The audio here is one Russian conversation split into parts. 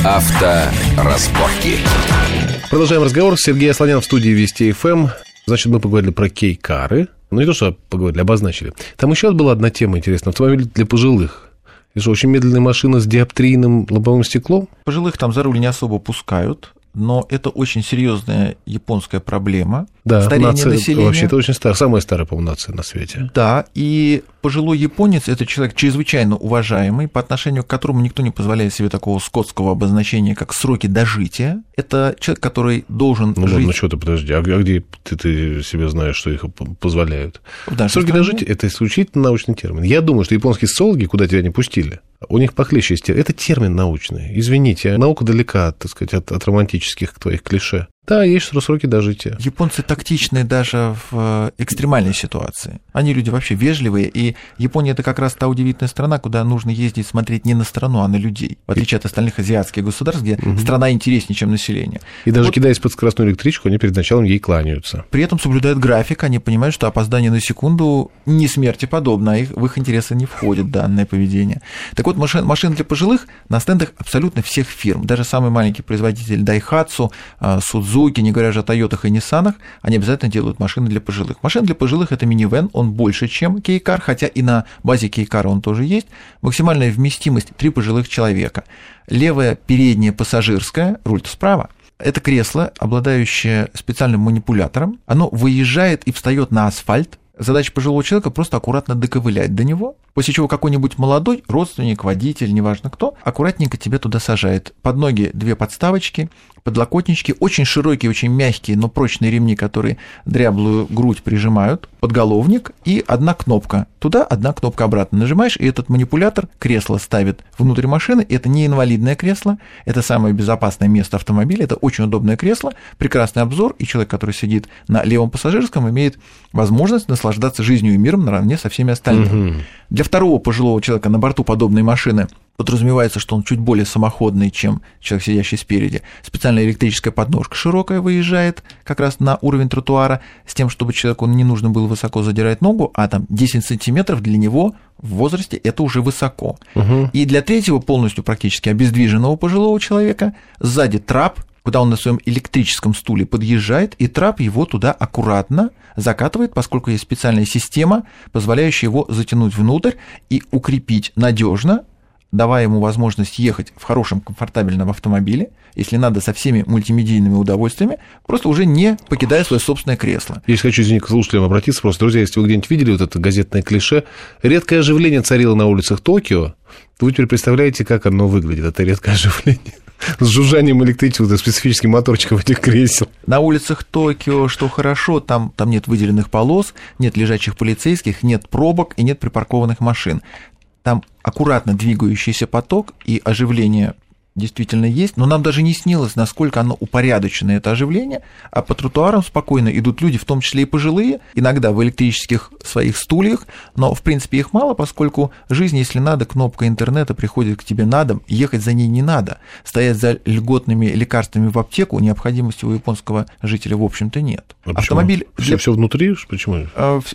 Авторазборки. Продолжаем разговор. Сергей Асланян в студии Вести ФМ. Значит, мы поговорили про кей-кары. Ну, не то, что поговорили, обозначили. Там еще была одна тема интересная. Автомобиль для пожилых. Это же очень медленная машина с диоптрийным лобовым стеклом. Пожилых там за руль не особо пускают, но это очень серьезная японская проблема. Да, старение нация, населения. Вообще, это очень самая старая, по-моему, нация на свете. Да, и пожилой японец – это человек чрезвычайно уважаемый, по отношению к которому никто не позволяет себе такого скотского обозначения, как сроки дожития. Это человек, который должен жить... Ну, что ты, подожди, а где ты себе знаешь, что их позволяют? Сроки дожития – это исключительно научный термин. Я думаю, что японские социологи, куда тебя не пустили, у них похлеще есть термин. Это термин научный. Извините, наука далека, так сказать, от романтических твоих клише. Да, есть сроки дожития. Японцы тактичны даже в экстремальной ситуации. Они люди вообще вежливые, и Япония – это как раз та удивительная страна, куда нужно ездить смотреть не на страну, а на людей. В отличие от остальных азиатских государств, где страна интереснее, чем население. И даже кидаясь под скоростную электричку, они перед началом ей кланяются. При этом соблюдают график, они понимают, что опоздание на секунду не смерти подобно, а в их интересы не входит данное поведение. Так вот, машины для пожилых на стендах абсолютно всех фирм. Даже самый маленький производитель Daihatsu, Suzuki, не говоря же о Тойотах и Ниссанах, они обязательно делают машины для пожилых. Машина для пожилых – это минивэн, он больше, чем кей-кар, хотя и на базе кей-кара он тоже есть. Максимальная вместимость – 3 пожилых человека. Левая передняя пассажирская, руль-то справа. Это кресло, обладающее специальным манипулятором, оно выезжает и встает на асфальт. Задача пожилого человека просто аккуратно доковылять до него, после чего какой-нибудь молодой родственник, водитель, неважно кто, аккуратненько тебе туда сажает. Под ноги 2 подставочки, подлокотнички, очень широкие, очень мягкие, но прочные ремни, которые дряблую грудь прижимают, подголовник и одна кнопка. Туда одна кнопка обратно нажимаешь, и этот манипулятор кресло ставит внутрь машины. Это не инвалидное кресло, это самое безопасное место автомобиля, это очень удобное кресло, прекрасный обзор, и человек, который сидит на левом пассажирском, имеет возможность наслаждаться жизнью и миром наравне со всеми остальными. Для второго пожилого человека на борту подобной машины подразумевается, что он чуть более самоходный, чем человек, сидящий спереди. Специальная электрическая подножка широкая выезжает как раз на уровень тротуара, с тем, чтобы человеку не нужно было высоко задирать ногу, а там 10 сантиметров для него в возрасте это уже высоко. И для третьего полностью практически обездвиженного пожилого человека сзади трап, куда он на своем электрическом стуле подъезжает, и трап его туда аккуратно закатывает, поскольку есть специальная система, позволяющая его затянуть внутрь и укрепить надежно, давая ему возможность ехать в хорошем, комфортабельном автомобиле, если надо, со всеми мультимедийными удовольствиями, просто уже не покидая свое собственное кресло. Я хочу, извините, к слушателям обратиться просто. Друзья, если вы где-нибудь видели вот это газетное клише, редкое оживление царило на улицах Токио, то вы теперь представляете, как оно выглядит, это редкое оживление. С жужжанием электричества, специфическим моторчиком этих кресел. На улицах Токио, что хорошо, там нет выделенных полос, нет лежачих полицейских, нет пробок и нет припаркованных машин. Там аккуратно двигающийся поток и оживление действительно есть, но нам даже не снилось, насколько оно упорядоченное, это оживление, а по тротуарам спокойно идут люди, в том числе и пожилые, иногда в электрических своих стульях, но, в принципе, их мало, поскольку жизнь, если надо, кнопка интернета приходит к тебе на дом, ехать за ней не надо, стоять за льготными лекарствами в аптеку необходимости у японского жителя, в общем-то, нет. А автомобиль... Все внутри? Почему?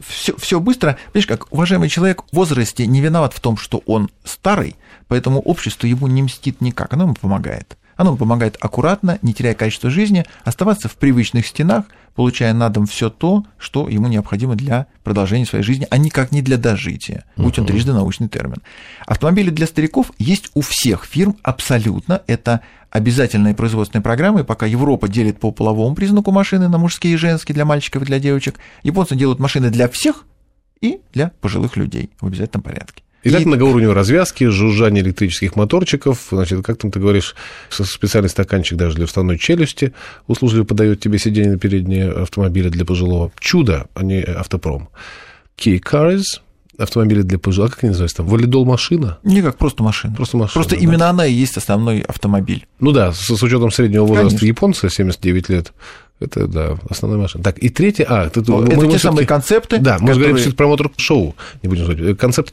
Все быстро. Видишь, как уважаемый человек в возрасте не виноват в том, что он старый, поэтому общество ему не мстит никак, оно ему помогает. Оно ему помогает аккуратно, не теряя качество жизни, оставаться в привычных стенах, получая на дом все то, что ему необходимо для продолжения своей жизни, а никак не для дожития, будь он трижды научный термин. Автомобили для стариков есть у всех фирм абсолютно, это обязательные производственные программы, пока Европа делит по половому признаку машины на мужские и женские, для мальчиков и для девочек, японцы делают машины для всех и для пожилых людей в обязательном порядке. Итак, многоуровневые развязки, жужжание электрических моторчиков, значит, как там ты говоришь, специальный стаканчик даже для вставной челюсти, услужливо подает тебе сиденье на переднее автомобиля для пожилого. Чудо, а не автопром. Key-cars, автомобили для пожилых, как они называются там, валидол-машина? Никак, просто машина. Просто да. Именно она и есть основной автомобиль. Ну да, с учетом среднего возраста Конечно. Японца, 79 лет. Это, да, основная машина. Так, и третье... это те самые концепты. Да, мы говорим про мотор-шоу, не будем говорить, концепт-кары.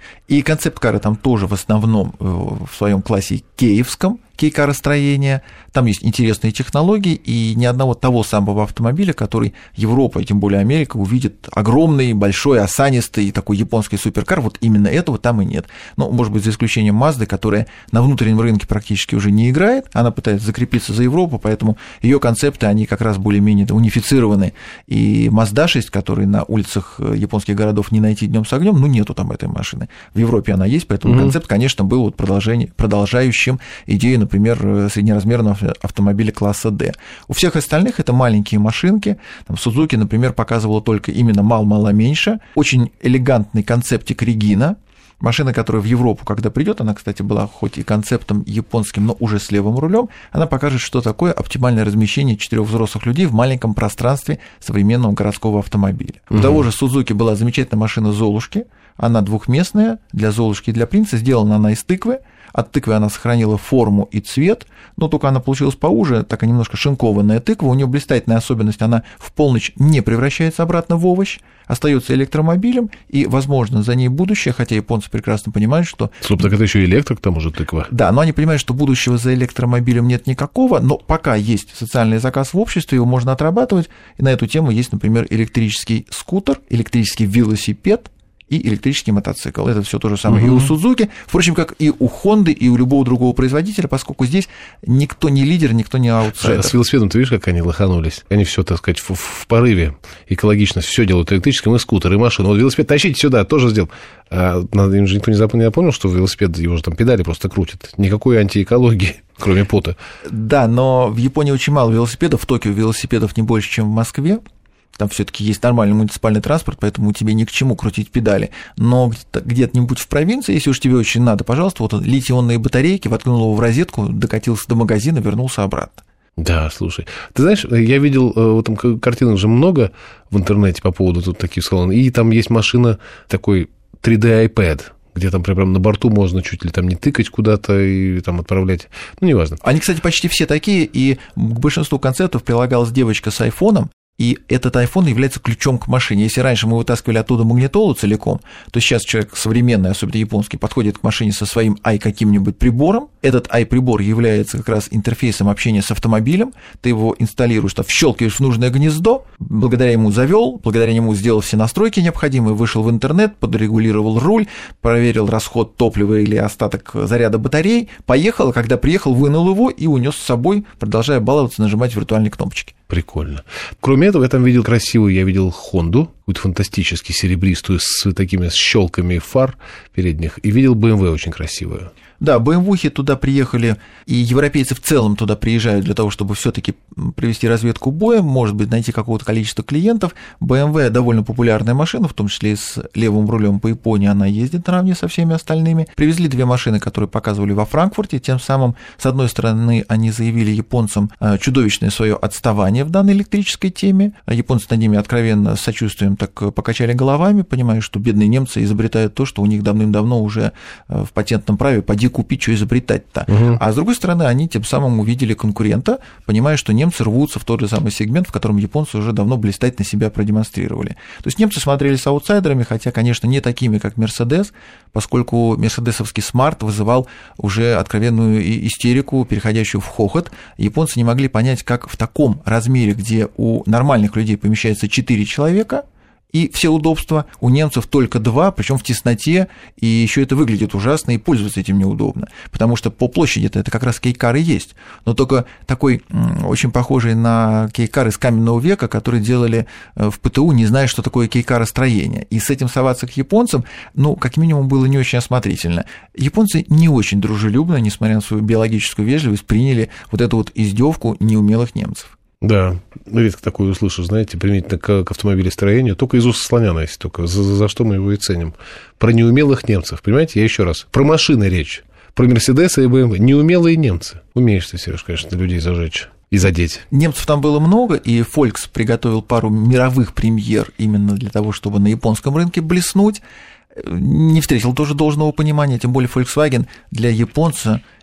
И концепт-кары там тоже в основном в своем классе кеевском, кейкаростроения. Там есть интересные технологии, и ни одного того самого автомобиля, который Европа, и тем более Америка, увидит огромный, большой, осанистый такой японский суперкар, вот именно этого там и нет. Ну, может быть, за исключением Mazda, которая на внутреннем рынке практически уже не играет, она пытается закрепиться за Европу, поэтому ее концепты, они как раз более-менее унифицированы. И Mazda 6, который на улицах японских городов не найти днем с огнем, ну, нету там этой машины. В Европе она есть, поэтому концепт, конечно, был вот продолжающим идею, например, среднеразмерного автомобиля класса D. У всех остальных это маленькие машинки. Там Suzuki, например, показывала только именно мало-мало меньше. Очень элегантный концептик Regina. Машина, которая в Европу, когда придет, она, кстати, была хоть и концептом японским, но уже с левым рулем, она покажет, что такое оптимальное размещение 4 взрослых людей в маленьком пространстве современного городского автомобиля. У того же Suzuki была замечательная машина Золушки. Она двухместная, для Золушки и для принца, сделана она из тыквы. От тыквы она сохранила форму и цвет, но только она получилась поуже, такая немножко шинкованная тыква. У нее блистательная особенность, она в полночь не превращается обратно в овощ, остается электромобилем, и, возможно, за ней будущее, хотя японцы прекрасно понимают, что... Стоп, так это еще и электрик, к тому же тыква. Да, но они понимают, что будущего за электромобилем нет никакого, но пока есть социальный заказ в обществе, его можно отрабатывать, и на эту тему есть, например, электрический скутер, электрический велосипед, и электрический мотоцикл. Это все то же самое и у Suzuki, впрочем, как и у Honda, и у любого другого производителя, поскольку здесь никто не лидер, никто не аутсайдер. С велосипедом ты видишь, как они лоханулись? Они все, так сказать, в порыве экологичность, все делают электрическим, и скутер, и машину. Вот велосипед тащите сюда, тоже сделал. А им же никто не запомнил, что велосипед, его же там педали просто крутят. Никакой антиэкологии, кроме пота. Да, но в Японии очень мало велосипедов, в Токио велосипедов не больше, чем в Москве. Там все-таки есть нормальный муниципальный транспорт, поэтому тебе ни к чему крутить педали. Но где-нибудь в провинции, если уж тебе очень надо, пожалуйста, вот литий-ионные батарейки, воткнул его в розетку, докатился до магазина, вернулся обратно. Да, слушай, ты знаешь, я видел, вот там картинок же много в интернете по поводу тут таких салонов, и там есть машина такой 3D iPad, где там прям на борту можно чуть ли там не тыкать куда-то и там отправлять, ну, неважно. Они, кстати, почти все такие, и к большинству концептов прилагалась девочка с айфоном, и этот iPhone является ключом к машине. Если раньше мы вытаскивали оттуда магнитолу целиком, то сейчас человек современный, особенно японский, подходит к машине со своим каким-нибудь прибором. Этот прибор является как раз интерфейсом общения с автомобилем. Ты его инсталируешь, щелкаешь в нужное гнездо, благодаря ему завел, благодаря ему сделал все настройки необходимые, вышел в интернет, подрегулировал руль, проверил расход топлива или остаток заряда батарей, поехал, а когда приехал, вынул его и унес с собой, продолжая баловаться, нажимать виртуальные кнопочки. Прикольно. Кроме этого, я там видел красивую, я видел Хонду, какую-то фантастически серебристую, с такими щелками фар передних, и видел BMW очень красивую. Да, BMW туда приехали, и европейцы в целом туда приезжают для того, чтобы все-таки провести разведку боем, может быть, найти какого-то количества клиентов. BMW довольно популярная машина, в том числе и с левым рулем по Японии она ездит наравне со всеми остальными. Привезли 2 машины, которые показывали во Франкфурте, тем самым, с одной стороны, они заявили японцам чудовищное свое отставание в данной электрической теме. Японцы над ними откровенно с сочувствием так покачали головами, понимая, что бедные немцы изобретают то, что у них давным-давно уже в патентном праве поди купить, что изобретать-то. А с другой стороны, они тем самым увидели конкурента, понимая, что немцы рвутся в тот же самый сегмент, в котором японцы уже давно блистательно себя продемонстрировали. То есть немцы смотрелись аутсайдерами, хотя, конечно, не такими, как Mercedes, поскольку мерседесовский смарт вызывал уже откровенную истерику, переходящую в хохот. Японцы не могли понять, как в таком размере, где у нормальных людей помещается 4 человека, и все удобства, у немцев только 2, причем в тесноте, и еще это выглядит ужасно, и пользоваться этим неудобно, потому что по площади это как раз кейкар и есть, но только такой очень похожий на кейкар из каменного века, который делали в ПТУ, не зная, что такое кейкаростроение, и с этим соваться к японцам, как минимум, было не очень осмотрительно. Японцы не очень дружелюбно, несмотря на свою биологическую вежливость, приняли вот эту вот издевку неумелых немцев. Да, редко такое услышишь, знаете, применительно к автомобилестроению, только из уст слоняна, если только, за что мы его и ценим. Про неумелых немцев, понимаете, я еще раз, про машины речь, про Мерседесы и BMW, неумелые немцы. Умеешь ты, Сереж, конечно, людей зажечь и задеть. Немцев там было много, и Volks приготовил пару мировых премьер именно для того, чтобы на японском рынке блеснуть. Не встретил тоже должного понимания, тем более Volkswagen для японца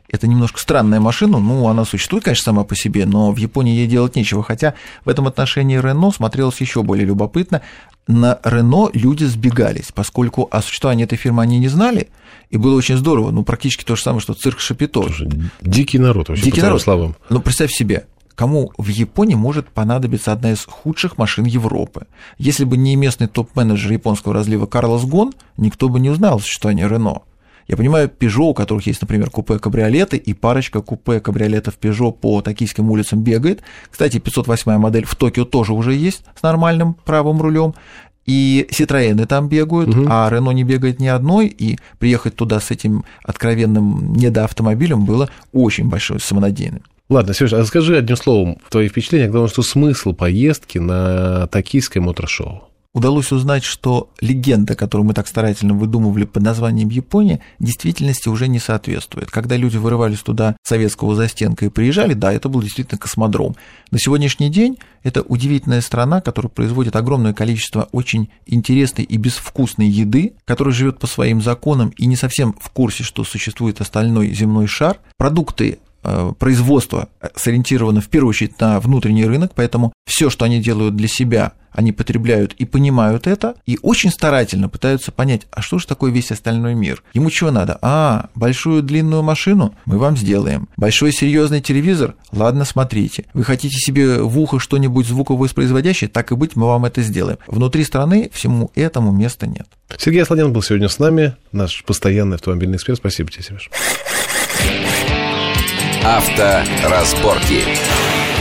Это немножко странная машина, она существует, конечно, сама по себе, но в Японии ей делать нечего, хотя в этом отношении Рено смотрелось еще более любопытно. На Рено люди сбегались, поскольку о существовании этой фирмы они не знали, и было очень здорово, практически то же самое, что цирк Шапито. Дикий народ вообще, дикий народ. Словам. Представь себе, кому в Японии может понадобиться одна из худших машин Европы. Если бы не местный топ-менеджер японского разлива Карлос Гон, никто бы не узнал о существовании Рено. Я понимаю, Peugeot, у которых есть, например, купе-кабриолеты, и парочка купе-кабриолетов Peugeot по токийским улицам бегает. Кстати, 508-я модель в Токио тоже уже есть с нормальным правым рулем. И Citroёны там бегают, а Renault не бегает ни одной, и приехать туда с этим откровенным недоавтомобилем было очень большой самонадеянным. Ладно, Сереж, а скажи одним словом твои впечатления, главное, что смысл поездки на токийское мотошоу? Удалось узнать, что легенда, которую мы так старательно выдумывали под названием Япония, действительности уже не соответствует. Когда люди вырывались туда с советского застенка и приезжали, да, это был действительно космодром. На сегодняшний день это удивительная страна, которая производит огромное количество очень интересной и безвкусной еды, которая живет по своим законам и не совсем в курсе, что существует остальной земной шар. Продукты производство сориентировано в первую очередь на внутренний рынок, поэтому все, что они делают для себя, они потребляют и понимают это, и очень старательно пытаются понять, а что же такое весь остальной мир? Ему чего надо? Большую длинную машину? Мы вам сделаем. Большой серьезный телевизор? Ладно, смотрите. Вы хотите себе в ухо что-нибудь звуковоспроизводящее? Так и быть, мы вам это сделаем. Внутри страны всему этому места нет. Сергей Асланян был сегодня с нами, наш постоянный автомобильный эксперт. Спасибо тебе, Сереж. Авторазборки.